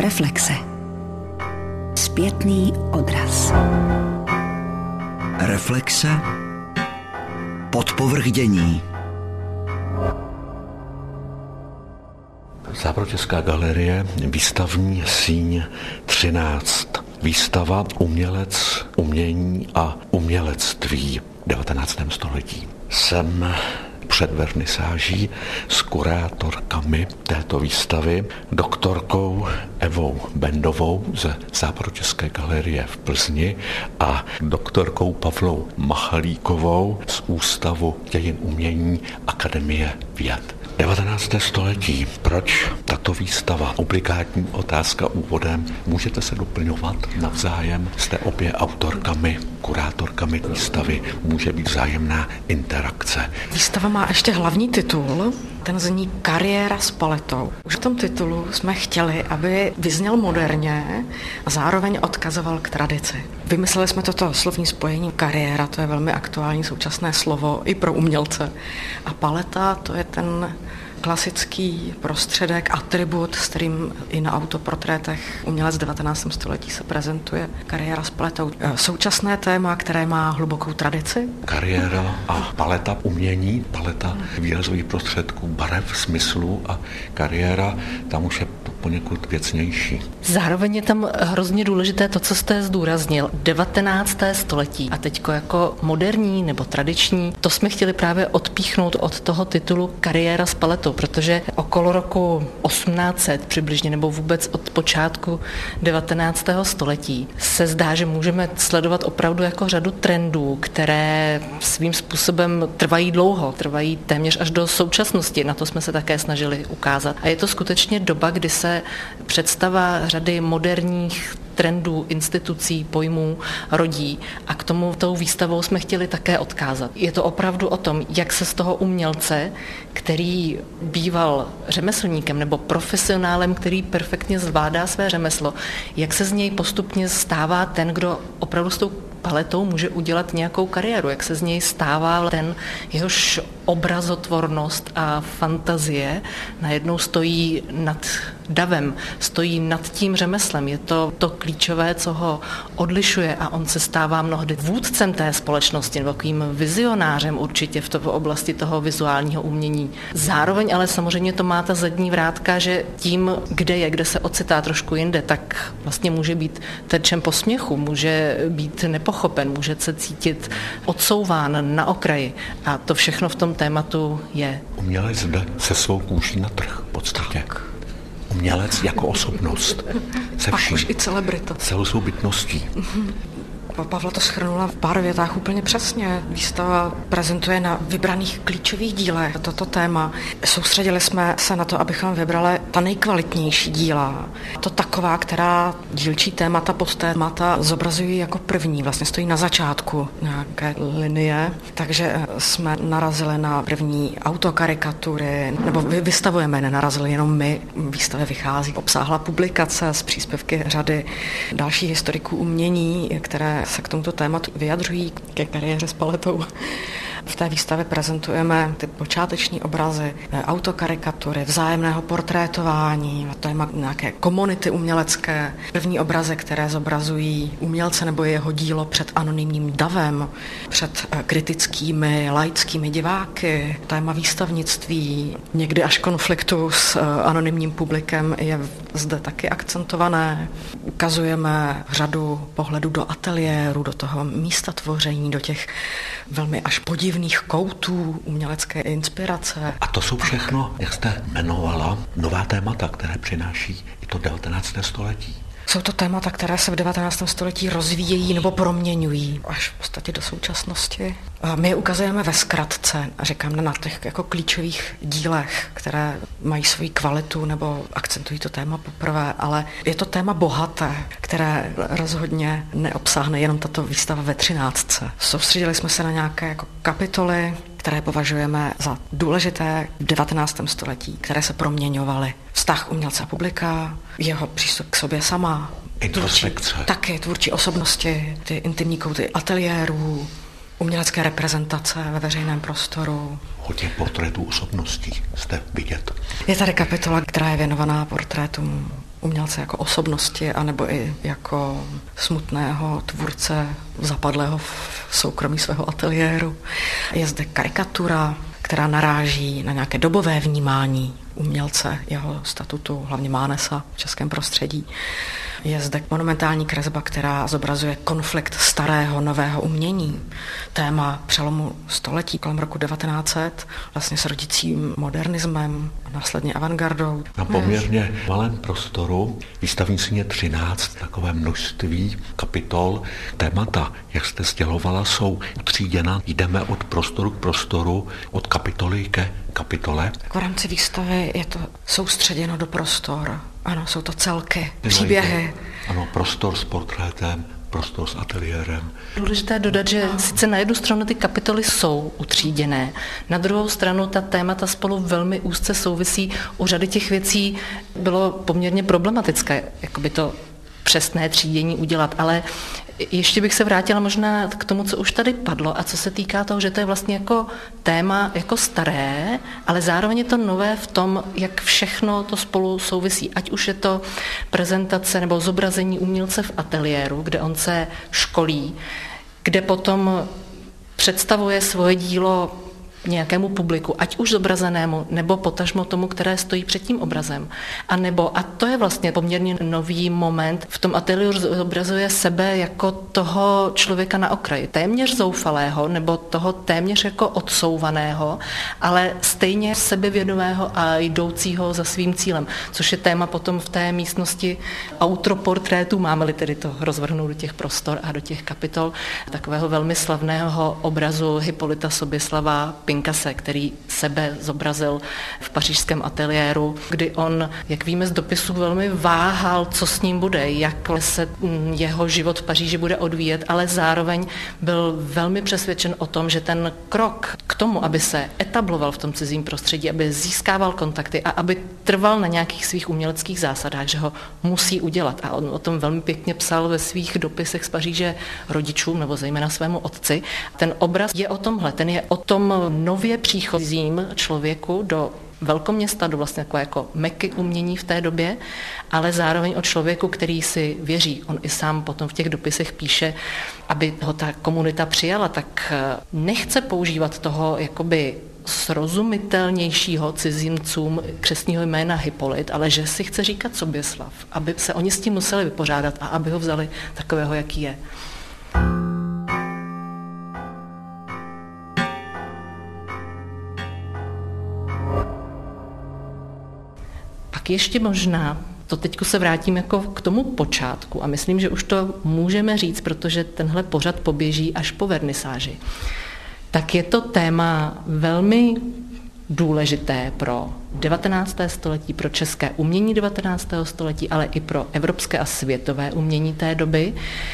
Reflexe. Zpětný odraz. Reflexe. Podpovrch dění. Západočeská galerie, výstavní síň 13. Výstava Umělec, umění a umělectví v 19. století. Jsem před vernisáží s kurátorkami této výstavy, doktorkou Evou Bendovou ze Západočeské galerie v Plzni a doktorkou Pavlou Machalíkovou z Ústavu dějin umění Akademie věd. 19. století. Proč tato výstava? Obligátní otázka úvodem. Můžete se doplňovat navzájem? Jste obě autorkami, kurátorkami výstavy. Může být vzájemná interakce. Výstava má ještě hlavní titul. Ten zní Kariéra s paletou. Už v tom titulu jsme chtěli, aby vyzněl moderně a zároveň odkazoval k tradici. Vymysleli jsme toto slovní spojení kariéra, to je velmi aktuální současné slovo i pro umělce. A paleta, to je ten klasický prostředek, atribut, s kterým i na autoportrétech umělec 19. století se prezentuje. Kariéra s paletou. Současné téma, které má hlubokou tradici. Kariéra a paleta umění, paleta výrazových prostředků, barev, smyslů a kariéra, tam už je poněkud věcnější. Zároveň je tam hrozně důležité to, co jste zdůraznil. 19. století a teďko jako moderní nebo tradiční, to jsme chtěli právě odpíchnout od toho titulu Kariéra s paletou, protože okolo roku 1800 přibližně nebo vůbec od počátku 19. století se zdá, že můžeme sledovat opravdu jako řadu trendů, které svým způsobem trvají dlouho, trvají téměř až do současnosti. Na to jsme se také snažili ukázat. A je to skutečně doba, kdy se představa řady moderních trendů, institucí, pojmů rodí a k tomu tou výstavou jsme chtěli také odkázat. Je to opravdu o tom, jak se z toho umělce, který býval řemeslníkem nebo profesionálem, který perfektně zvládá své řemeslo, jak se z něj postupně stává ten, kdo opravdu s tou paletou může udělat nějakou kariéru, jak se z něj stává ten, jehož obrazotvornost a fantazie najednou stojí nad davem, stojí nad tím řemeslem. Je to klíčové, co ho odlišuje a on se stává mnohdy vůdcem té společnosti, takovým vizionářem určitě v oblasti toho vizuálního umění. Zároveň ale samozřejmě to má ta zadní vrátka, že tím, kde se ocitá trošku jinde, tak vlastně může být terčem posměchu, může být nepochopen, může se cítit odsouván na okraji a to všechno v tom tématu je. Umělec jde se svou kůží na trh v podstatě. Umělec jako osobnost. Se vším. Už i celebrita. Celou svou bytností. Pavla to shrnula v pár větách úplně přesně. Výstava prezentuje na vybraných klíčových dílech toto téma. Soustředili jsme se na to, abychom vybrali ta nejkvalitnější díla. To taková, která dílčí témata, podtémata zobrazují jako první, vlastně stojí na začátku nějaké linie. Takže jsme narazili na první autokarikatury, nebo vystavujeme, nenarazili jenom my. Výstavě vychází obsáhlá publikace z příspěvky řady dalších historiků umění, které se k tomuto tématu vyjadřují, ke kariéře s paletou. V té výstavě prezentujeme ty počáteční obrazy, autokarikatury, vzájemného portrétování, téma nějaké komunity umělecké, první obrazy, které zobrazují umělce nebo jeho dílo před anonymním davem, před kritickými, laickými diváky, téma výstavnictví, někdy až konfliktu s anonymním publikem je zde taky akcentované. Ukazujeme řadu pohledů do ateliéru, do toho místa tvoření, do těch velmi až podivných koutů umělecké inspirace. A to jsou všechno, jak jste jmenovala, nová témata, které přináší i to 19. století. Jsou to témata, které se v 19. století rozvíjejí nebo proměňují až v podstatě do současnosti. A my je ukazujeme ve zkratce, říkám, na těch jako klíčových dílech, které mají svoji kvalitu nebo akcentují to téma poprvé, ale je to téma bohaté, které rozhodně neobsáhne jenom tato výstava ve 13. Soustředili jsme se na nějaké jako kapitoly, které považujeme za důležité v 19. století, které se proměňovaly. Vztah umělce a publika, jeho přístup k sobě sama, taky tvůrčí osobnosti, ty intimní kouty ateliérů, umělecké reprezentace ve veřejném prostoru. Hodně portrétů osobností jste vidět. Je tady kapitola, která je věnovaná portrétům umělce jako osobnosti, anebo i jako smutného tvůrce zapadlého v soukromí svého ateliéru. Je zde karikatura, která naráží na nějaké dobové vnímání umělce, jeho statutu, hlavně Mánesa v českém prostředí. Je zde monumentální kresba, která zobrazuje konflikt starého, nového umění. Téma přelomu století kolem roku 1900, vlastně s rodícím modernismem a následně avantgardou. Na poměrně malém prostoru, výstavní síně 13, takové množství kapitol. Témata, jak jste sdělovala, jsou utříděna. Jdeme od prostoru k prostoru, od kapitoly ke kapitole. V rámci výstavy je to soustředěno do prostor. Ano, jsou to celky, příběhy. Ano, prostor s portrétem, prostor s ateliérem. Důležité dodat, že sice na jednu stranu ty kapitoly jsou utříděné, na druhou stranu ta témata spolu velmi úzce souvisí. U řady těch věcí bylo poměrně problematické, jakoby to přesné třídění udělat, ale ještě bych se vrátila možná k tomu, co už tady padlo a co se týká toho, že to je vlastně jako téma jako staré, ale zároveň je to nové v tom, jak všechno to spolu souvisí. Ať už je to prezentace nebo zobrazení umělce v ateliéru, kde on se školí, kde potom představuje svoje dílo nějakému publiku, ať už zobrazenému, nebo potažmo tomu, které stojí před tím obrazem. A to je vlastně poměrně nový moment, v tom ateliéru zobrazuje sebe jako toho člověka na okraji, téměř zoufalého, nebo toho téměř jako odsouvaného, ale stejně sebevědomého a jdoucího za svým cílem, což je téma potom v té místnosti autoportrétu, máme-li tedy to rozvrhnout do těch prostor a do těch kapitol, takového velmi slavného obrazu Hippolyta Soběslava Pinkase, který sebe zobrazil v pařížském ateliéru, kdy on, jak víme z dopisů, velmi váhal, co s ním bude, jak se jeho život v Paříži bude odvíjet, ale zároveň byl velmi přesvědčen o tom, že ten krok k tomu, aby se etabloval v tom cizím prostředí, aby získával kontakty a aby trval na nějakých svých uměleckých zásadách, že ho musí udělat. A on o tom velmi pěkně psal ve svých dopisech z Paříže rodičům, nebo zejména svému otci. Ten obraz je o tomhle, ten je o tom nově příchozím člověku do velkoměsta, do vlastně jako Meky umění v té době, ale zároveň o člověku, který si věří. On i sám potom v těch dopisech píše, aby ho ta komunita přijala, tak nechce používat toho jakoby srozumitelnějšího cizincům křestního jména Hippolyt, ale že si chce říkat Soběslav, aby se oni s tím museli vypořádat a aby ho vzali takového, jaký je. Ještě možná, to teďko se vrátím jako k tomu počátku a myslím, že už to můžeme říct, protože tenhle pořad poběží až po vernisáži. Tak je to téma velmi důležité pro 19. století, pro české umění 19. století, ale i pro evropské a světové umění té doby,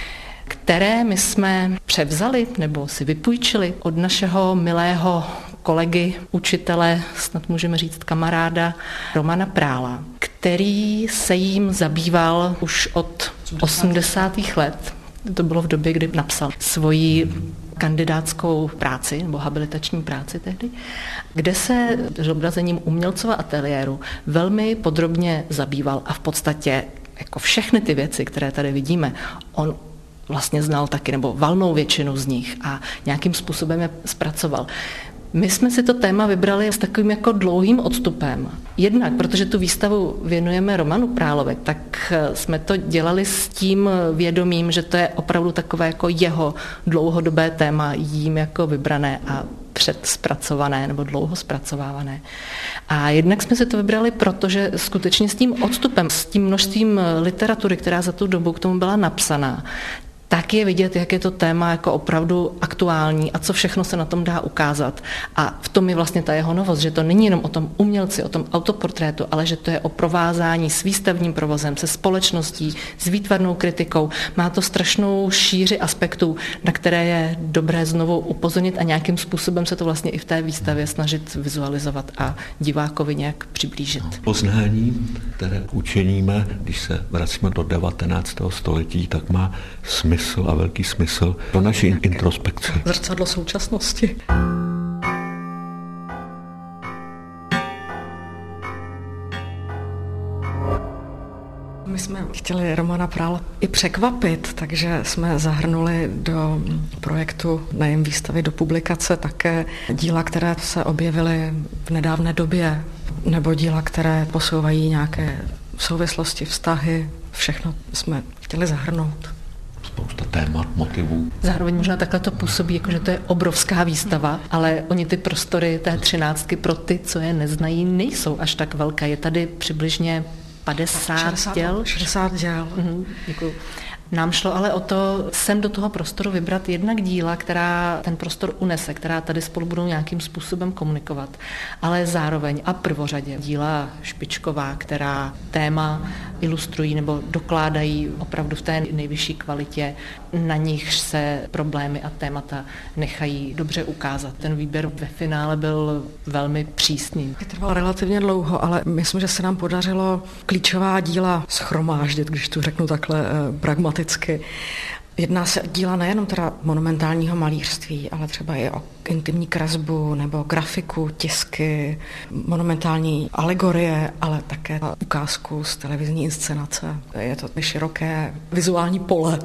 které my jsme převzali nebo si vypůjčili od našeho milého kolegy, učitele, snad můžeme říct kamaráda, Romana Prála, který se jím zabýval už od 80. let. To bylo v době, kdy napsal svoji kandidátskou práci, nebo habilitační práci tehdy, kde se zobrazením umělcova ateliéru velmi podrobně zabýval a v podstatě jako všechny ty věci, které tady vidíme, on vlastně znal taky, nebo valnou většinu z nich a nějakým způsobem je zpracoval. My jsme si to téma vybrali s takovým jako dlouhým odstupem. Jednak, protože tu výstavu věnujeme Romanu Prálovi, tak jsme to dělali s tím vědomím, že to je opravdu takové jako jeho dlouhodobé téma, jím jako vybrané a předspracované nebo dlouho zpracovávané. A jednak jsme si to vybrali, protože skutečně s tím odstupem, s tím množstvím literatury, která za tu dobu k tomu byla napsaná, tak je vidět, jak je to téma jako opravdu aktuální a co všechno se na tom dá ukázat. A v tom je vlastně ta jeho novost, že to není jenom o tom umělci, o tom autoportrétu, ale že to je o provázání s výstavním provozem, se společností, s výtvarnou kritikou. Má to strašnou šíři aspektů, na které je dobré znovu upozornit a nějakým způsobem se to vlastně i v té výstavě snažit vizualizovat a divákovi nějak přiblížit. Poznání, které učiníme, když se vracíme do 19. století, tak má smysl a velký smysl pro naši introspekci. Zrcadlo současnosti. My jsme chtěli Romana Prála i překvapit, takže jsme zahrnuli do projektu nejen výstavy, do publikace také díla, které se objevily v nedávné době, nebo díla, které posouvají nějaké souvislosti, vztahy. Všechno jsme chtěli zahrnout. Spousta témat, motivů. Zároveň možná takhle to působí, jakože to je obrovská výstava, ale oni ty prostory té 13 pro ty, co je neznají, nejsou až tak velké. Je tady přibližně 50 děl. 60 děl. Děkuju. Nám šlo ale o to sem do toho prostoru vybrat jednak díla, která ten prostor unese, která tady spolu budou nějakým způsobem komunikovat, ale zároveň a prvořadě díla špičková, která téma ilustrují nebo dokládají opravdu v té nejvyšší kvalitě, na nich se problémy a témata nechají dobře ukázat. Ten výběr ve finále byl velmi přísný. Trval relativně dlouho, ale myslím, že se nám podařilo klíčová díla shromáždit, když to řeknu takhle pragmaticky. Jedná se o díla nejenom teda monumentálního malířství, ale třeba i o intimní kresbu nebo grafiku, tisky, monumentální alegorie, ale také ukázku z televizní inscenace. Je to široké vizuální pole,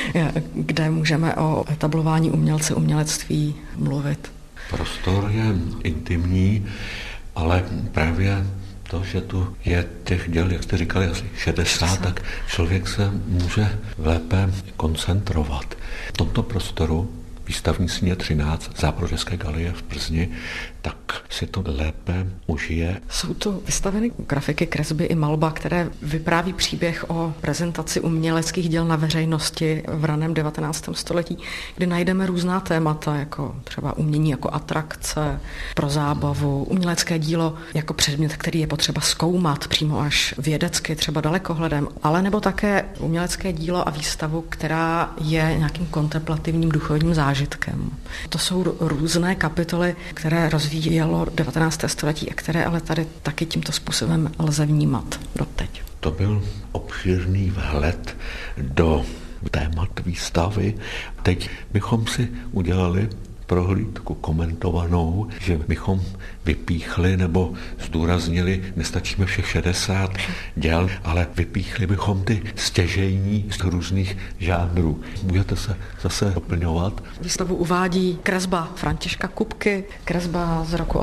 kde můžeme o etablování umělce, umělectví mluvit. Prostor je intimní, ale právě to, že tu je těch děl, jak jste říkali, asi 60, tak člověk se může lépe koncentrovat. V tomto prostoru výstavní síně 13 Záporožské galerie v Plzni, tak si to lépe užije. Jsou tu vystaveny grafiky, kresby i malba, které vypráví příběh o prezentaci uměleckých děl na veřejnosti v raném 19. století, kdy najdeme různá témata, jako třeba umění jako atrakce, pro zábavu, umělecké dílo jako předmět, který je potřeba zkoumat přímo až vědecky, třeba dalekohledem, ale nebo také umělecké dílo a výstavu, která je nějakým kontemplativním duchovním zážitkem. To jsou různé kapitoly, které rozvíjelo 19. století a které ale tady taky tímto způsobem lze vnímat doteď. To byl obšírný vhled do témat výstavy. Teď bychom si udělali prohlídku komentovanou, že bychom vypíchli nebo zdůraznili, nestačíme všech 60 děl, ale vypíchli bychom ty stěžejní z různých žánrů. Můžete se zase doplňovat? Výstavu uvádí kresba Františka Kupky, kresba z roku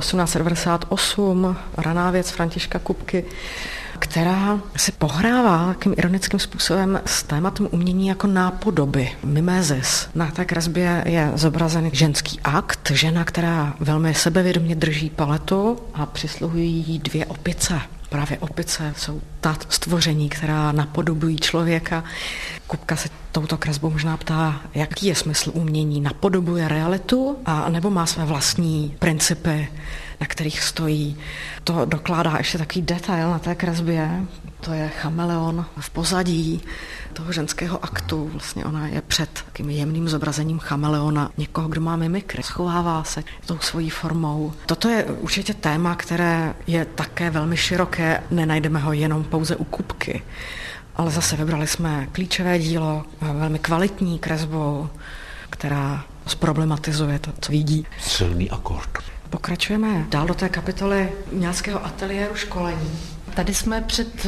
1898, raná věc Františka Kupky, která si pohrává takým ironickým způsobem s tématem umění jako nápodoby, mimesis. Na té kresbě je zobrazen ženský akt, žena, která velmi sebevědomě drží paletu a přisluhují jí 2 opice. Právě opice jsou ta stvoření, která napodobují člověka. Kupka se touto kresbou možná ptá, jaký je smysl umění. Napodobuje realitu a nebo má své vlastní principy, na kterých stojí. To dokládá ještě takový detail na té kresbě. To je chameleon v pozadí toho ženského aktu. Vlastně ona je před takým jemným zobrazením chameleona, někoho, kdo má mimikry, schovává se tou svojí formou. Toto je určitě téma, které je také velmi široké, nenajdeme ho jenom pouze u Kupky, ale zase vybrali jsme klíčové dílo, velmi kvalitní kresbou, která zproblematizuje to, co vidí. Silný akord. Pokračujeme dál do té kapitoly uměleckého ateliéru školení. Tady jsme před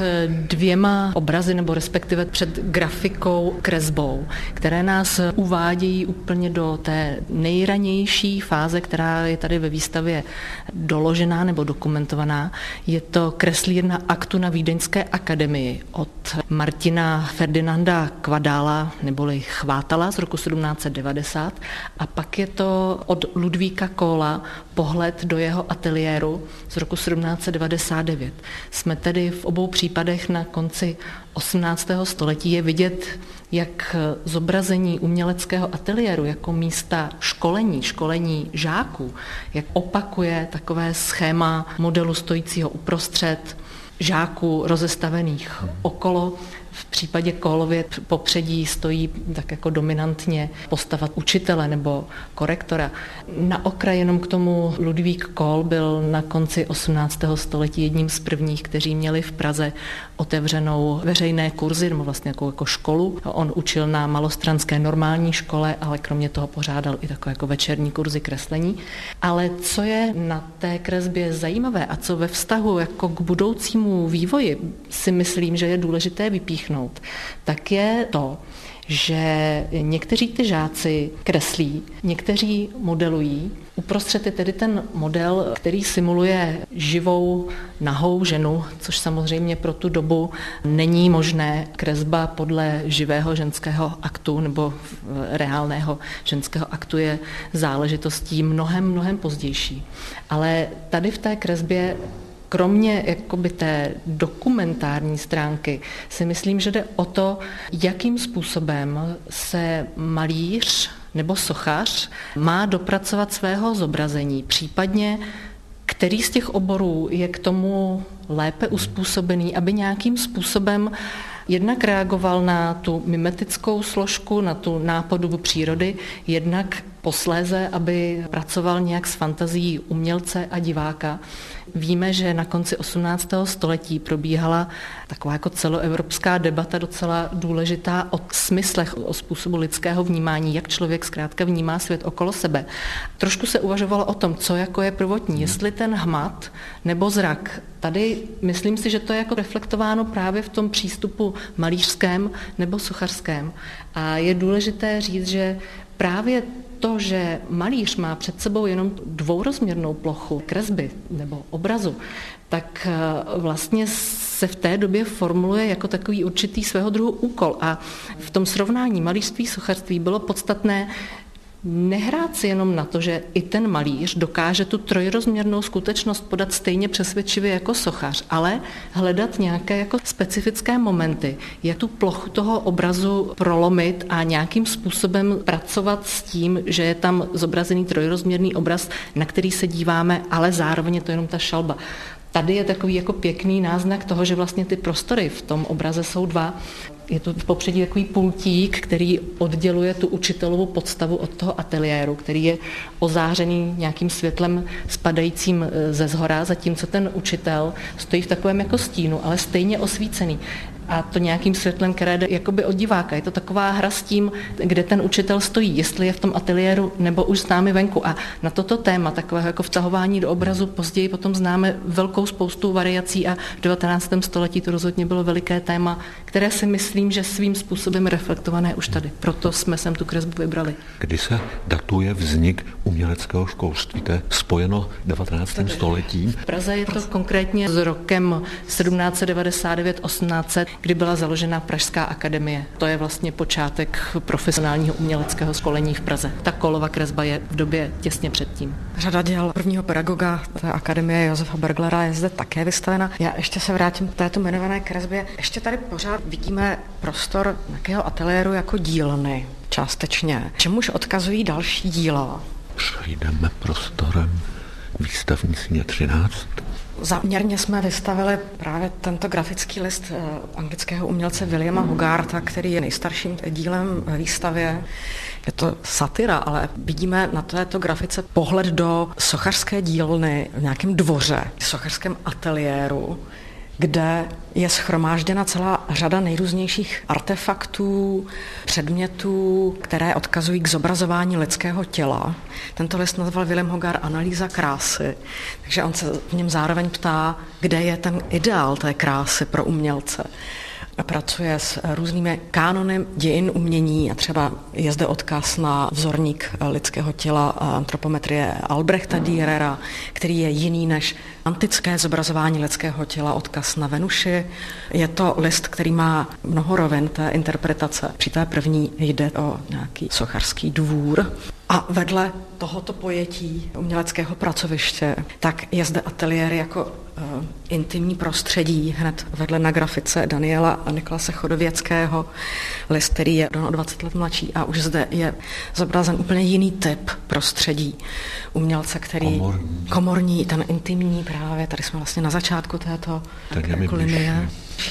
2 obrazy, nebo respektive před grafikou, kresbou, které nás uvádějí úplně do té nejranější fáze, která je tady ve výstavě doložená nebo dokumentovaná. Je to kreslírna aktu na Vídeňské akademii od Martina Ferdinanda Kvadála neboli Chvátala z roku 1790 a pak je to od Ludvíka Kohla pohled do jeho ateliéru z roku 1799. Jsme tedy v obou případech na konci 18. století. Je vidět, jak zobrazení uměleckého ateliéru jako místa školení žáků, jak opakuje takové schéma modelu stojícího uprostřed, žáků rozestavených okolo. V případě Kohlově popředí stojí tak jako dominantně postava učitele nebo korektora. Na okraj jenom k tomu Ludvík Kohl byl na konci 18. století jedním z prvních, kteří měli v Praze otevřenou veřejné kurzy, nebo vlastně jako školu. On učil na malostranské normální škole, ale kromě toho pořádal i takové jako večerní kurzy kreslení. Ale co je na té kresbě zajímavé a co ve vztahu jako k budoucímu vývoji si myslím, že je důležité vypíchnout, odpíchnout, tak je to, že někteří ty žáci kreslí, někteří modelují. Uprostřed je tedy ten model, který simuluje živou nahou ženu, což samozřejmě pro tu dobu není možné. Kresba podle živého ženského aktu nebo reálného ženského aktu je záležitostí mnohem pozdější. Ale tady v té kresbě kromě jakoby té dokumentární stránky si myslím, že jde o to, jakým způsobem se malíř nebo sochař má dopracovat svého zobrazení, případně který z těch oborů je k tomu lépe uspůsobený, aby nějakým způsobem jednak reagoval na tu mimetickou složku, na tu nápodobu přírody, jednak posléze, aby pracoval nějak s fantazií umělce a diváka. Víme, že na konci 18. století probíhala taková jako celoevropská debata docela důležitá o smyslech, o způsobu lidského vnímání, jak člověk zkrátka vnímá svět okolo sebe. Trošku se uvažovalo o tom, co jako je prvotní, jestli ten hmat nebo zrak. Tady myslím si, že to je jako reflektováno právě v tom přístupu malířském nebo sochařském. A je důležité říct, že právě to, že malíř má před sebou jenom dvourozměrnou plochu kresby nebo obrazu, tak vlastně se v té době formuluje jako takový určitý svého druhu úkol. A v tom srovnání malířství, sochařství bylo podstatné nehrát si jenom na to, že i ten malíř dokáže tu trojrozměrnou skutečnost podat stejně přesvědčivě jako sochař, ale hledat nějaké jako specifické momenty, jak tu plochu toho obrazu prolomit a nějakým způsobem pracovat s tím, že je tam zobrazený trojrozměrný obraz, na který se díváme, ale zároveň je to jenom ta šalba. Tady je takový jako pěkný náznak toho, že vlastně ty prostory v tom obraze jsou dva. Je to v popředí takový pultík, který odděluje tu učitelovu podstavu od toho ateliéru, který je ozářený nějakým světlem spadajícím ze zhora, zatímco ten učitel stojí v takovém jako stínu, ale stejně osvícený. A to nějakým světlem, které jde jakoby od diváka. Je to taková hra s tím, kde ten učitel stojí, jestli je v tom ateliéru nebo už s námi venku. A na toto téma, takového jako vtahování do obrazu, později potom známe velkou spoustu variací a v 19. století to rozhodně bylo veliké téma, které si myslím, že svým způsobem reflektované už tady. Proto jsme sem tu kresbu vybrali. Kdy se datuje vznik uměleckého školství? To je spojeno 19. stoletím. V Praze je to konkrétně s rokem 1799-1800, kdy byla založena Pražská akademie. To je vlastně počátek profesionálního uměleckého školení v Praze. Ta Kohlova kresba je v době těsně předtím. Řada děl prvního pedagoga té akademie Josefa Berglera je zde také vystavena. Já ještě se vrátím k této jmenované kresbě. Ještě tady pořád vidíme prostor nějakého ateliéru jako dílny částečně. Čemuž odkazují další díla? Přejdeme prostorem výstavní síně 13. Záměrně jsme vystavili právě tento grafický list anglického umělce Williama Hogartha, který je nejstarším dílem ve výstavě. Je to satira, ale vidíme na této grafice pohled do sochařské dílny v nějakém dvoře, v sochařském ateliéru, kde je shromážděna celá řada nejrůznějších artefaktů, předmětů, které odkazují k zobrazování lidského těla. Tento list nazval William Hogarth Analýza krásy, takže on se v něm zároveň ptá, kde je ten ideál té krásy pro umělce. Pracuje s různými kánony dějin umění a třeba je zde odkaz na vzorník lidského těla antropometrie Albrechta Dürera, který je jiný než antické zobrazování lidského těla, odkaz na Venuši. Je to list, který má mnoho rovin té interpretace. Při té první jde o nějaký sochařský dvůr. A vedle tohoto pojetí uměleckého pracoviště, tak je zde ateliér jako intimní prostředí, hned vedle na grafice Daniela a Nikolase Chodověckého, list, který je o 20 let mladší a už zde je zobrazen úplně jiný typ prostředí umělce, který komorní, ten intimní právě, tady jsme vlastně na začátku této linie.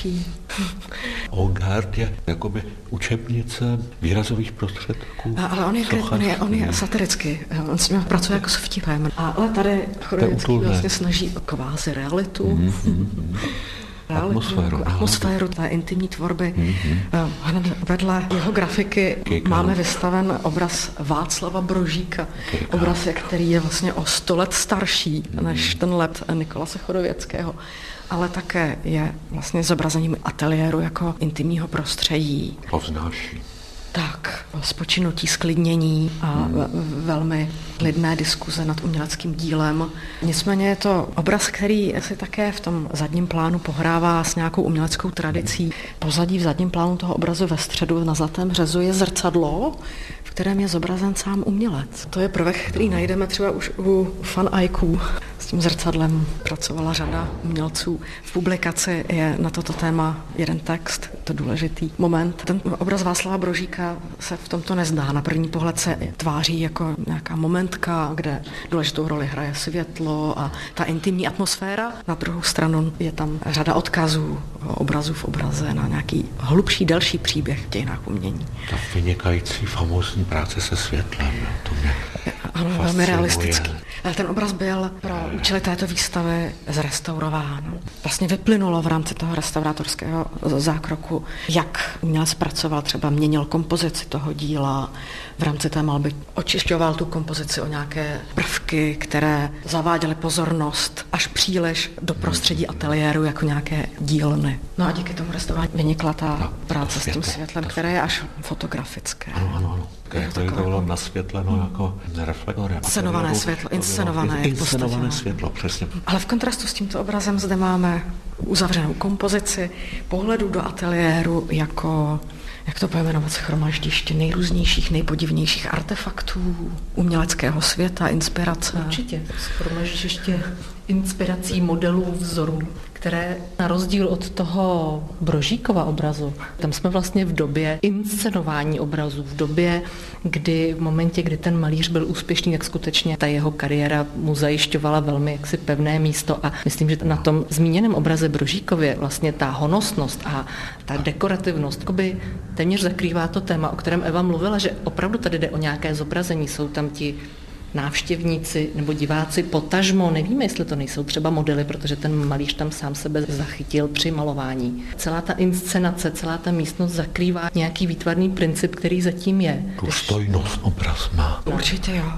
Hogarth je jakoby učebnice výrazových prostředků. Ale on je satirický, on s ním pracuje jako s vtipem. Ale tady Chodověcký vlastně snaží o kvázi realitu. atmosféru té intimní tvorby. Hned vedle jeho grafiky máme vystaven obraz Václava Brožíka. Obraz, který je vlastně o 100 let starší než ten let Nikolase Chodověckého, ale také je vlastně zobrazením ateliéru jako intimního prostředí. Povznáší. Tak, spočinutí, sklidnění a velmi klidné diskuze nad uměleckým dílem. Nicméně je to obraz, který si také v tom zadním plánu pohrává s nějakou uměleckou tradicí. Pozadí v zadním plánu toho obrazu ve středu na zlatém řezu je zrcadlo, v kterém je zobrazen sám umělec. To je prvek, který najdeme třeba už u Van Eycků. S tím zrcadlem pracovala řada umělců. V publikaci je na toto téma jeden text, to důležitý moment. Ten obraz Václava Brožíka se v tomto nezdá. Na první pohled se tváří jako nějaká momentka, kde důležitou roli hraje světlo a ta intimní atmosféra. Na druhou stranu je tam řada odkazů, obrazů v obraze na nějaký hlubší, delší příběh v dějinách umění. Ta vynikající famózní práce se světlem, to mě ano, velmi realistický. Ten obraz byl pro účely této výstavy zrestaurován. Vlastně vyplynulo v rámci toho restaurátorského zákroku, jak umělec pracoval, třeba měnil kompozici toho díla, v rámci té malby očišťoval tu kompozici o nějaké prvky, které zaváděly pozornost až příliš do prostředí ateliéru jako nějaké dílny. No a díky tomu restaurování vynikla ta práce s tím světlem, které je až fotografické. Ano. To bylo nasvětleno jako reflektorem. Inscenované světlo, přesně. Ale v kontrastu s tímto obrazem zde máme uzavřenou kompozici, pohledu do ateliéru jako, jak to pojmenovat, shromaždiště nejrůznějších, nejpodivnějších artefaktů uměleckého světa, inspirace. Určitě, shromaždiště inspirací, modelů, vzorů, které na rozdíl od toho Brožíkova obrazu, tam jsme vlastně v době inscenování obrazů, v době, kdy v momentě, kdy ten malíř byl úspěšný, tak skutečně ta jeho kariéra mu zajišťovala velmi jaksi pevné místo a myslím, že na tom zmíněném obraze Brožíkově vlastně ta honosnost a ta dekorativnost jakoby téměř zakrývá to téma, o kterém Eva mluvila, že opravdu tady jde o nějaké zobrazení, jsou tam ti návštěvníci nebo diváci potažmo, nevíme, jestli to nejsou třeba modely, protože ten malíř tam sám sebe zachytil při malování. Celá ta inscenace, celá ta místnost zakrývá nějaký výtvarný princip, který zatím je. Důstojnost obraz má. Určitě jo.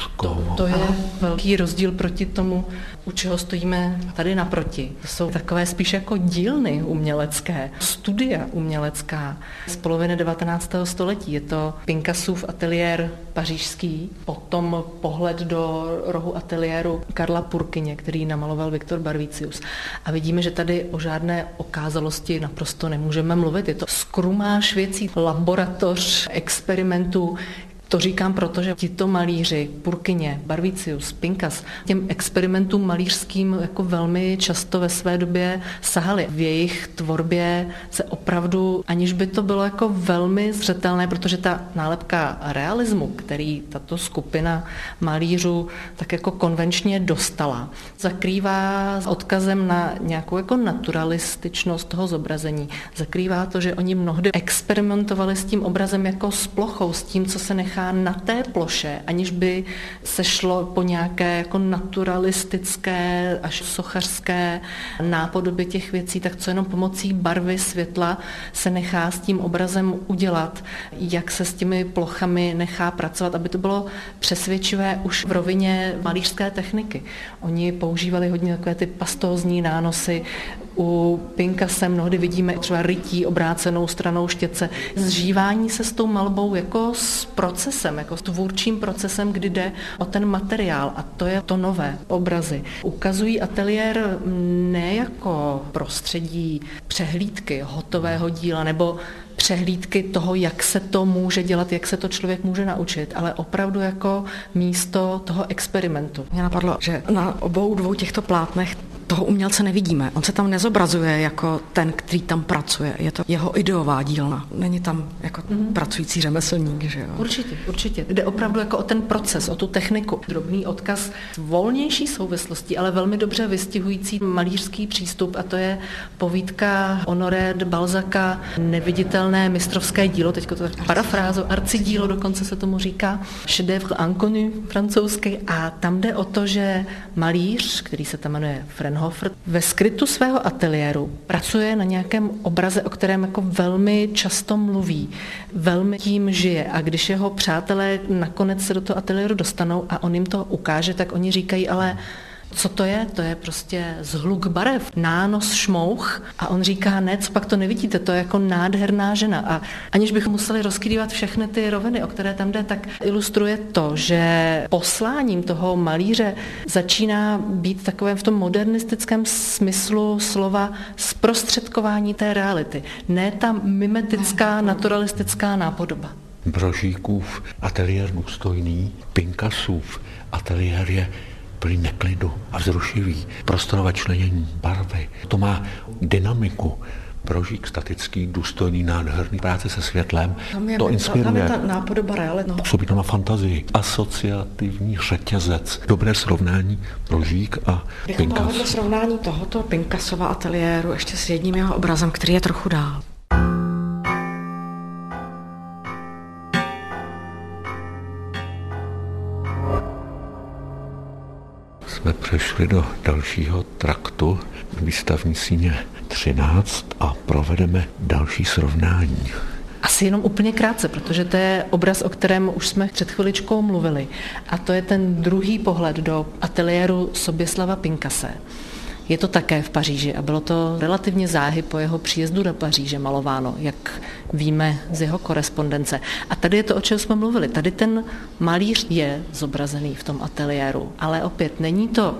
To je velký rozdíl proti tomu, u čeho stojíme tady naproti. To jsou takové spíš jako dílny umělecké, studia umělecká z poloviny 19. století. Je to Picassův ateliér pařížský, potom pohled do rohu ateliéru Karla Purkyně, který namaloval Viktor Barvicius. A vidíme, že tady o žádné okázalosti naprosto nemůžeme mluvit. Je to skrumáž věcí, laboratoř experimentů. To říkám proto, že tito malíři, Purkyně, Barvicius, Pinkas, těm experimentům malířským jako velmi často ve své době sahali. V jejich tvorbě se opravdu, aniž by to bylo jako velmi zřetelné, protože ta nálepka realismu, který tato skupina malířů tak jako konvenčně dostala, zakrývá odkazem na nějakou jako naturalističnost toho zobrazení. Zakrývá to, že oni mnohdy experimentovali s tím obrazem jako s plochou, s tím, co se nechá na té ploše, aniž by se šlo po nějaké jako naturalistické až sochařské nápodobě těch věcí, tak co jenom pomocí barvy, světla se nechá s tím obrazem udělat, jak se s těmi plochami nechá pracovat, aby to bylo přesvědčivé už v rovině malířské techniky. Oni používali hodně takové ty pastózní nánosy. U Pinkase mnohdy vidíme třeba rytí obrácenou stranou štětce. Zžívání se s tou malbou jako s procesem, jako s tvůrčím procesem, kdy jde o ten materiál a to je to nové obrazy. Ukazují ateliér ne jako prostředí přehlídky hotového díla nebo přehlídky toho, jak se to může dělat, jak se to člověk může naučit, ale opravdu jako místo toho experimentu. Mě napadlo, že na obou dvou těchto plátnech toho umělce nevidíme. On se tam nezobrazuje jako ten, který tam pracuje. Je to jeho ideová dílna. Není tam jako pracující řemeslník, že jo? Určitě. Jde opravdu jako o ten proces, o tu techniku. Drobný odkaz volnější souvislosti, ale velmi dobře vystihující malířský přístup a to je povídka Honoré de Balzaca Neviditelné mistrovské dílo, teďko to parafrázo, arcidílo dokonce se tomu říká, chef-d'œuvre inconnu francouzsky a tam jde o to, že malíř, který se tam jmenuje Dönhofer ve skrytu svého ateliéru pracuje na nějakém obraze, o kterém jako velmi často mluví, velmi tím žije a když jeho přátelé nakonec se do toho ateliéru dostanou a on jim to ukáže, tak oni říkají, ale co to je? To je prostě zhluk barev, nános, šmouch a on říká, ne, co pak to nevidíte, to je jako nádherná žena a aniž bychom museli rozkrývat všechny ty roviny, o které tam jde, tak ilustruje to, že posláním toho malíře začíná být takovém v tom modernistickém smyslu slova zprostředkování té reality, ne ta mimetická, naturalistická nápodoba. Brožíkův ateliér důstojný, Picassův ateliér je plný neklidu a vzrušivý, prostorové členění, barvy. To má dynamiku. Brožík statický, důstojný, nádherný, práce se světlem, to inspiruje. Tam je ta nápodoba reality. Působí to na fantazii. Asociativní řetězec. Dobré srovnání Brožík a Picasso. Bychom srovnání tohoto Picassova ateliéru ještě s jedním jeho obrazem, který je trochu dál. Jsme přešli do dalšího traktu výstavní síně 13 a provedeme další srovnání. Asi jenom úplně krátce, protože to je obraz, o kterém už jsme před chviličkou mluvili. A to je ten druhý pohled do ateliéru Soběslava Pincasse. Je to také v Paříži a bylo to relativně záhy po jeho příjezdu do Paříže malováno, jak víme z jeho korespondence. A tady je to, o čem jsme mluvili. Tady ten malíř je zobrazený v tom ateliéru, ale opět není to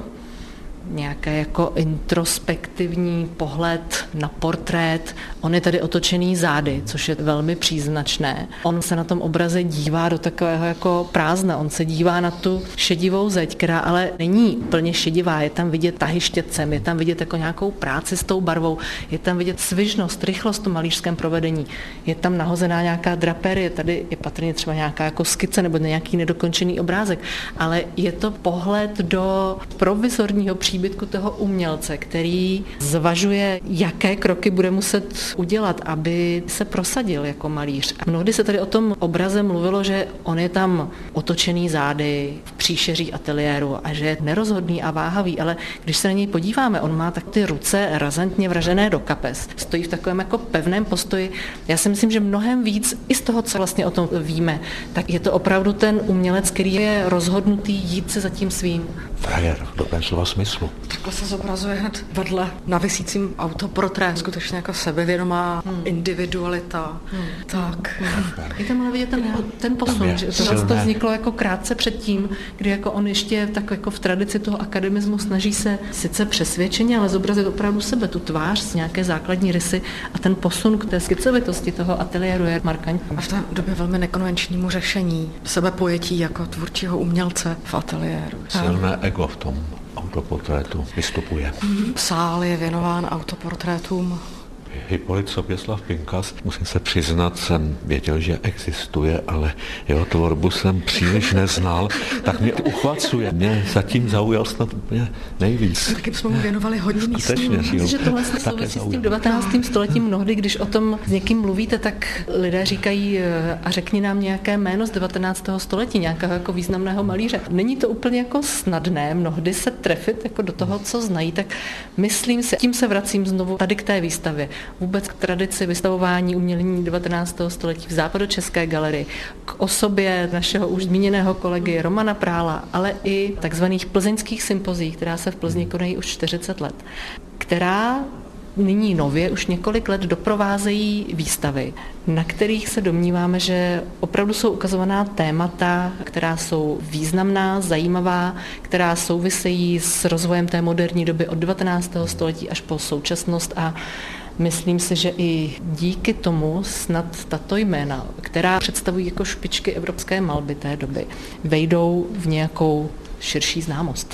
nějaké jako introspektivní pohled na portrét. On je tady otočený zády, což je velmi příznačné. On se na tom obraze dívá do takového jako prázdna. On se dívá na tu šedivou zeď, která ale není plně šedivá. Je tam vidět tahy štětcem, je tam vidět jako nějakou práci s tou barvou, je tam vidět svižnost, rychlost v tom malířském provedení. Je tam nahozená nějaká draperie, tady je patrně třeba nějaká jako skice nebo nějaký nedokončený obrázek, ale je to pohled do provizorního příbytku toho umělce, který zvažuje, jaké kroky bude muset udělat, aby se prosadil jako malíř. A mnohdy se tady o tom obraze mluvilo, že on je tam otočený zády v příšeří ateliéru a že je nerozhodný a váhavý, ale když se na něj podíváme, on má tak ty ruce razantně vražené do kapes. Stojí v takovém jako pevném postoji. Já si myslím, že mnohem víc i z toho, co vlastně o tom víme, tak je to opravdu ten umělec, který je rozhodnutý jít se za tím svým. Frajer v dobrém slova smyslu. Takhle se zobrazuje hned vedle na visícím autoportrét, skutečně jako sebevědomá individualita. Tak. Je tam ale vidět ten posun, že to vzniklo jako krátce předtím, kdy jako on ještě tak jako v tradici toho akademismu snaží se sice přesvědčeně, ale zobrazit opravdu sebe, tu tvář z nějaké základní rysy a ten posun k té skicovitosti toho ateliéru je markantní. A v té době velmi nekonvenčnímu řešení sebepojetí jako tvůrčího umělce v ateliéru. Silné ego v tom autoportrétu vystupuje. Sál je věnován autoportrétům. Hippolyt Soběslav Pinkas, musím se přiznat, jsem věděl, že existuje, ale jeho tvorbu jsem příliš neznal, tak mě uchvacuje. Mě zatím zaujal snad úplně nejvíc. Taky jsme mu věnovali hodně místní. Myslím, že tohle se souvisí s tím 19. stoletím. Mnohdy, když o tom s někým mluvíte, tak lidé říkají a řekni nám nějaké jméno z 19. století, nějakého jako významného malíře. Není to úplně jako snadné mnohdy se trefit jako do toho, co znají, tak myslím si, tím se vracím znovu tady k té výstavě. Vůbec k tradici vystavování umění 19. století v Západočeské galerii, k osobě našeho už zmíněného kolegy Romana Prála, ale i takzvaných plzeňských sympozí, která se v Plzni konají už 40 let, která nyní nově už několik let doprovázejí výstavy, na kterých se domníváme, že opravdu jsou ukazovaná témata, která jsou významná, zajímavá, která souvisejí s rozvojem té moderní doby od 19. století až po současnost a myslím si, že i díky tomu snad tato jména, která představují jako špičky evropské malby té doby, vejdou v nějakou širší známost.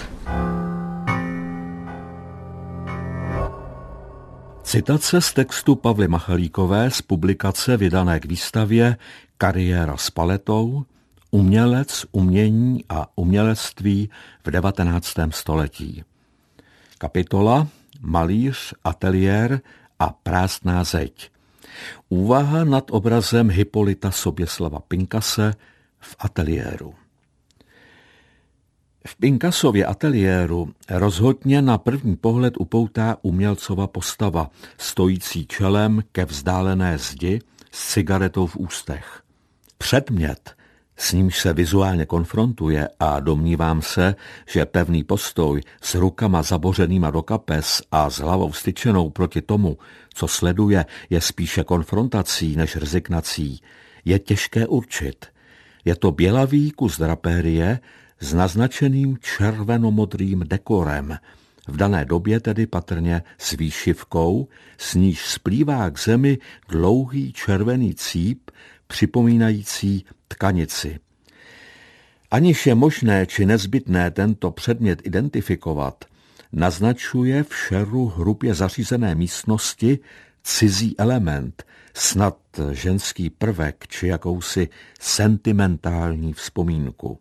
Citace z textu Pavly Machalíkové z publikace vydané k výstavě Kariéra s paletou, umělec, umění a umělectví v 19. století. Kapitola Malíř, ateliér a prázdná zeď. Úvaha nad obrazem Hippolyta Soběslava Pincasse v ateliéru. V Picassově ateliéru rozhodně na první pohled upoutá umělcova postava, stojící čelem ke vzdálené zdi s cigaretou v ústech. Předmět, s nímž se vizuálně konfrontuje, a domnívám se, že pevný postoj s rukama zabořenýma do kapes a s hlavou styčenou proti tomu, co sleduje, je spíše konfrontací než rezignací, je těžké určit. Je to bělavý kus drapérie s naznačeným červenomodrým dekorem, v dané době tedy patrně s výšivkou, s níž splývá k zemi dlouhý červený cíp, připomínající tkanici. Aniž je možné či nezbytné tento předmět identifikovat, naznačuje v šeru hrubě zařízené místnosti cizí element, snad ženský prvek či jakousi sentimentální vzpomínku.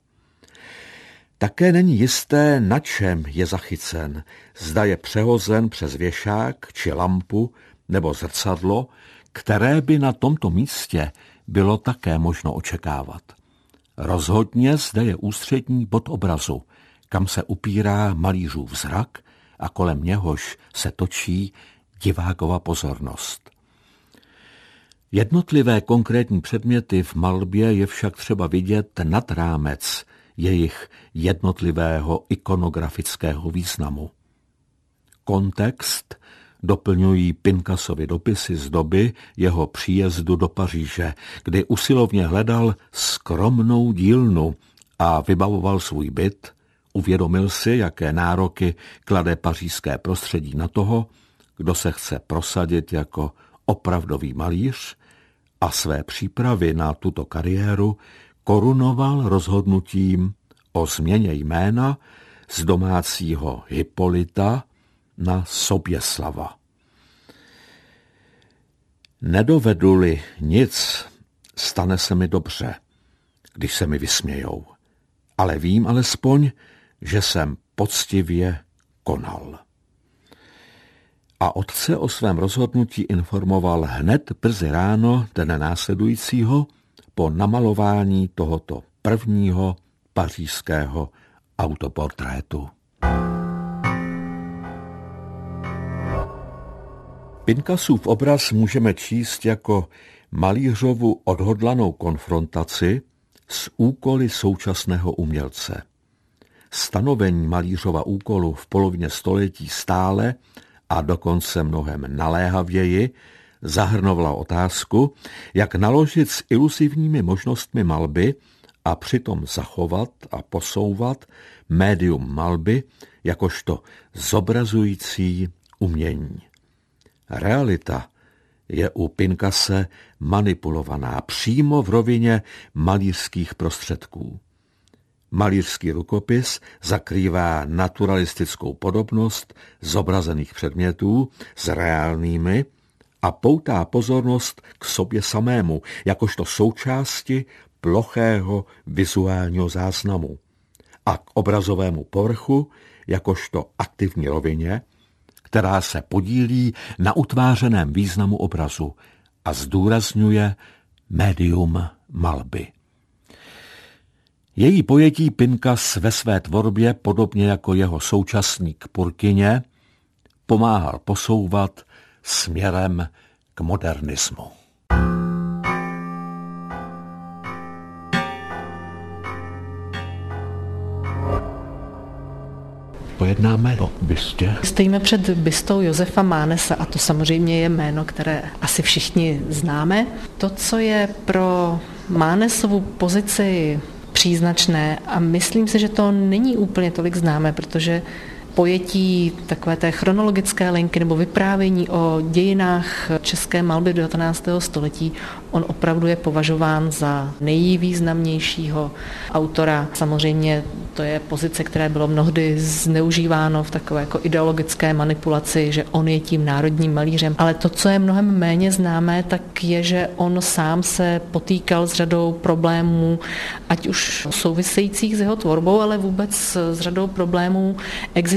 Také není jisté, na čem je zachycen, zda je přehozen přes věšák či lampu nebo zrcadlo, které by na tomto místě bylo také možno očekávat. Rozhodně zde je ústřední bod obrazu, kam se upírá malířův zrak a kolem něhož se točí divákova pozornost. Jednotlivé konkrétní předměty v malbě je však třeba vidět nad rámec jejich jednotlivého ikonografického významu. Kontext doplňují Picassovy dopisy z doby jeho příjezdu do Paříže, kdy usilovně hledal skromnou dílnu a vybavoval svůj byt, uvědomil si, jaké nároky klade pařížské prostředí na toho, kdo se chce prosadit jako opravdový malíř, a své přípravy na tuto kariéru korunoval rozhodnutím o změně jména z domácího Hippolyta na Soběslava. Nedovedu-li nic, stane se mi dobře, když se mi vysmějou, ale vím alespoň, že jsem poctivě konal. A otce o svém rozhodnutí informoval hned brzy ráno dne následujícího po namalování tohoto prvního pařížského autoportrétu. Picassův obraz můžeme číst jako malířovu odhodlanou konfrontaci s úkoly současného umělce. Stanovení malířova úkolu v polovině století stále a dokonce mnohem naléhavěji zahrnovala otázku, jak naložit s iluzivními možnostmi malby a přitom zachovat a posouvat médium malby jakožto zobrazující umění. Realita je u Picasse manipulovaná přímo v rovině malířských prostředků. Malířský rukopis zakrývá naturalistickou podobnost zobrazených předmětů s reálnými a poutá pozornost k sobě samému, jakožto součásti plochého vizuálního záznamu, a k obrazovému povrchu, jakožto aktivní rovině, která se podílí na utvářeném významu obrazu a zdůrazňuje médium malby. Její pojetí Picasso ve své tvorbě, podobně jako jeho současník Purkyně, pomáhal posouvat směrem k modernismu. Pojednáme o bystě. Stojíme před bystou Josefa Mánese a to samozřejmě je jméno, které asi všichni známe. To, co je pro Mánesovu pozici příznačné, a myslím si, že to není úplně tolik známé, protože pojetí takové té chronologické linky nebo vyprávění o dějinách české malby 19. století, on opravdu je považován za nejvýznamnějšího autora. Samozřejmě to je pozice, které bylo mnohdy zneužíváno v takové jako ideologické manipulaci, že on je tím národním malířem. Ale to, co je mnohem méně známé, tak je, že on sám se potýkal s řadou problémů, ať už souvisejících s jeho tvorbou, ale vůbec s řadou problémů existujících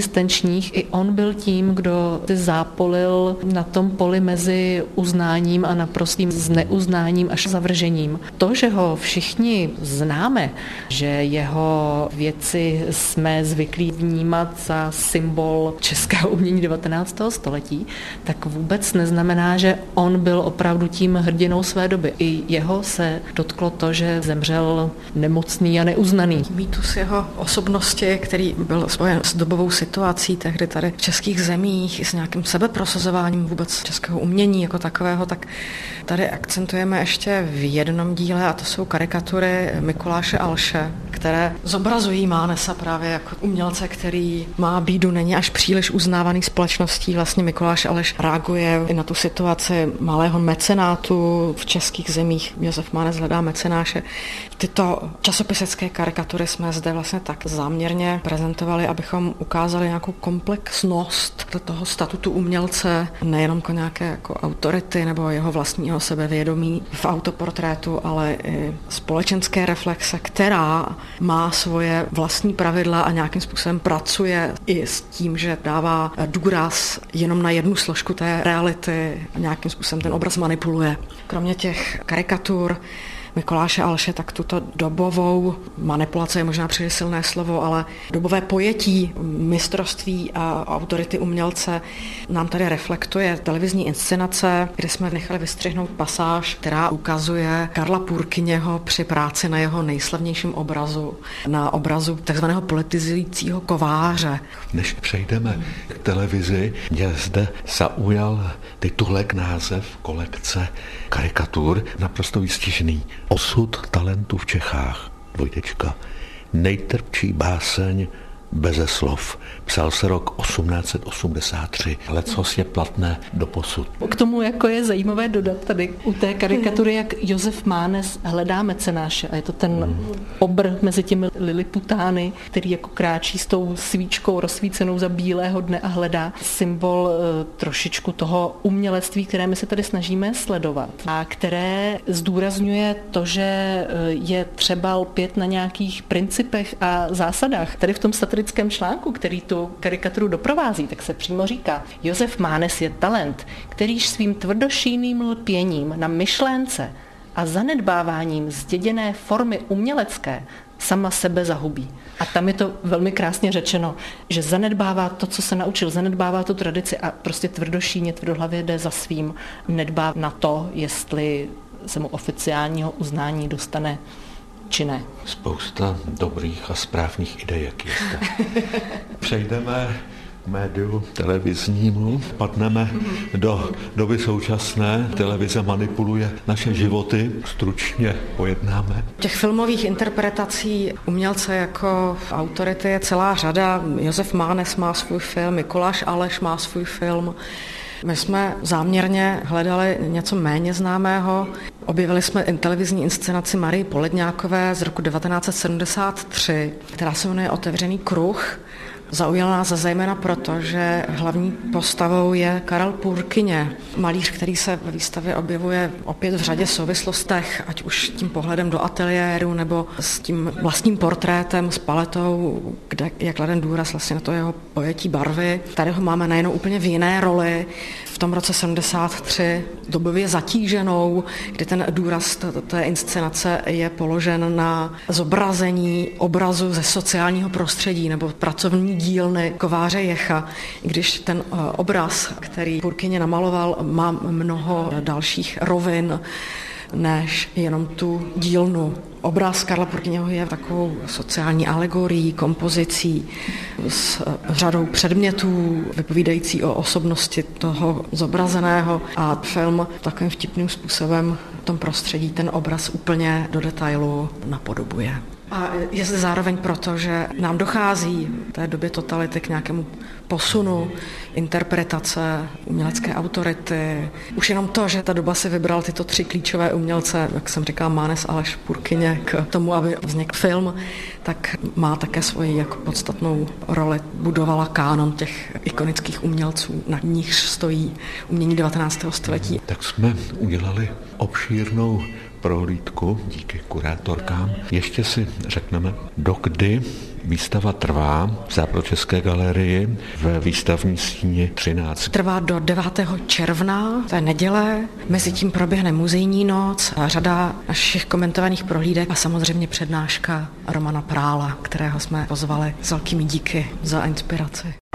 existenčních. I on byl tím, kdo ty zápolil na tom poli mezi uznáním a naprostým zneuznáním až zavržením. To, že ho všichni známe, že jeho věci jsme zvyklí vnímat za symbol českého umění 19. století, tak vůbec neznamená, že on byl opravdu tím hrdinou své doby. I jeho se dotklo to, že zemřel nemocný a neuznaný. Mýtus jeho osobnosti, který byl spojen s dobovou situací tehdy tady v českých zemích, i s nějakým sebeprosazováním vůbec českého umění jako takového, tak tady akcentujeme ještě v jednom díle, a to jsou karikatury Mikuláše Alše, které zobrazují Mánesa právě jako umělce, který má bídu, není až příliš uznávaný společností. Vlastně Mikuláš Aleš reaguje i na tu situaci malého mecenátu v českých zemích. Josef Mánes hledá mecenáše. Tyto časopisecké karikatury jsme zde vlastně tak záměrně prezentovali, abychom ukázali nějakou komplexnost toho statutu umělce, nejenom jako nějaké jako autority nebo jeho vlastního sebevědomí v autoportrétu, ale i společenské reflexe, která má svoje vlastní pravidla a nějakým způsobem pracuje i s tím, že dává důraz jenom na jednu složku té reality a nějakým způsobem ten obraz manipuluje. Kromě těch karikatur Mikuláše Alše, tak tuto dobovou, manipulace je možná příliš silné slovo, ale dobové pojetí mistrovství a autority umělce nám tady reflektuje televizní inscenace, kde jsme nechali vystřihnout pasáž, která ukazuje Karla Purkyněho při práci na jeho nejslavnějším obrazu, na obrazu takzvaného politizujícího kováře. Než přejdeme k televizi, mě zde zaujal titulek, název kolekce karikatur, naprosto výstižný. Osud talentu v Čechách. Dvojtečka. Nejtrpčí báseň beze slov. Psal se rok 1883. Lecos je platné doposud. K tomu jako je zajímavé dodat tady u té karikatury, jak Josef Mánes hledá mecenáše. A je to ten obr mezi těmi liliputány, který jako kráčí s tou svíčkou rozsvícenou za bílého dne a hledá symbol trošičku toho umělectví, které my se tady snažíme sledovat. A které zdůrazňuje to, že je třeba lpět na nějakých principech a zásadách. Tady v tom satirickém článku, který tu karikaturu doprovází, tak se přímo říká: Josef Mánes je talent, kterýž svým tvrdošíným lpěním na myšlence a zanedbáváním zděděné formy umělecké sama sebe zahubí. A tam je to velmi krásně řečeno, že zanedbává to, co se naučil, zanedbává tu tradici a prostě tvrdošíně, tvrdohlavě jde za svým, nedbá na to, jestli se mu oficiálního uznání dostane či ne. Spousta dobrých a správných idejek je zde. Přejdeme k médiu televiznímu, padneme do doby současné. Televize manipuluje naše životy, stručně pojednáme. Těch filmových interpretací umělce jako autority je celá řada. Josef Mánes má svůj film, Mikuláš Aleš má svůj film. My jsme záměrně hledali něco méně známého. Objevili jsme televizní inscenaci Marii Poledňákové z roku 1973, která se jmenuje Otevřený kruh. Zaujala nás zejména proto, že hlavní postavou je Karel Purkyně, malíř, který se ve výstavě objevuje opět v řadě souvislostech, ať už tím pohledem do ateliéru nebo s tím vlastním portrétem, s paletou, kde je kladen důraz vlastně na to jeho pojetí barvy. Tady ho máme najednou úplně v jiné roli, v tom roce 73, dobově zatíženou, kdy ten důraz té inscenace je položen na zobrazení obrazu ze sociálního prostředí nebo pracovní dílny kováře Jecha, i když ten obraz, který Purkyně namaloval, má mnoho dalších rovin než jenom tu dílnu. Obraz Karla Purkyněho je takovou sociální alegorií, kompozicí s řadou předmětů, vypovídající o osobnosti toho zobrazeného, a film takovým vtipným způsobem v tom prostředí ten obraz úplně do detailu napodobuje. A je zde zároveň proto, že nám dochází v té době totality k nějakému posunu interpretace umělecké autority. Už jenom to, že ta doba si vybral tyto tři klíčové umělce, jak jsem říkala, Mánes, Aleš, Purkyně, k tomu, aby vznikl film, tak má také svoji jako podstatnou roli. Budovala kánon těch ikonických umělců, na nichž stojí umění 19. století. Tak jsme udělali obšírnou prohlídku díky kurátorkám. Ještě si řekneme, dokdy Výstava trvá v Západočeské galerii ve výstavní síni 13. Trvá do 9. června, to je neděle, mezi tím proběhne muzejní noc, řada našich komentovaných prohlídek a samozřejmě přednáška Romana Prála, kterého jsme pozvali s velkými díky za inspiraci.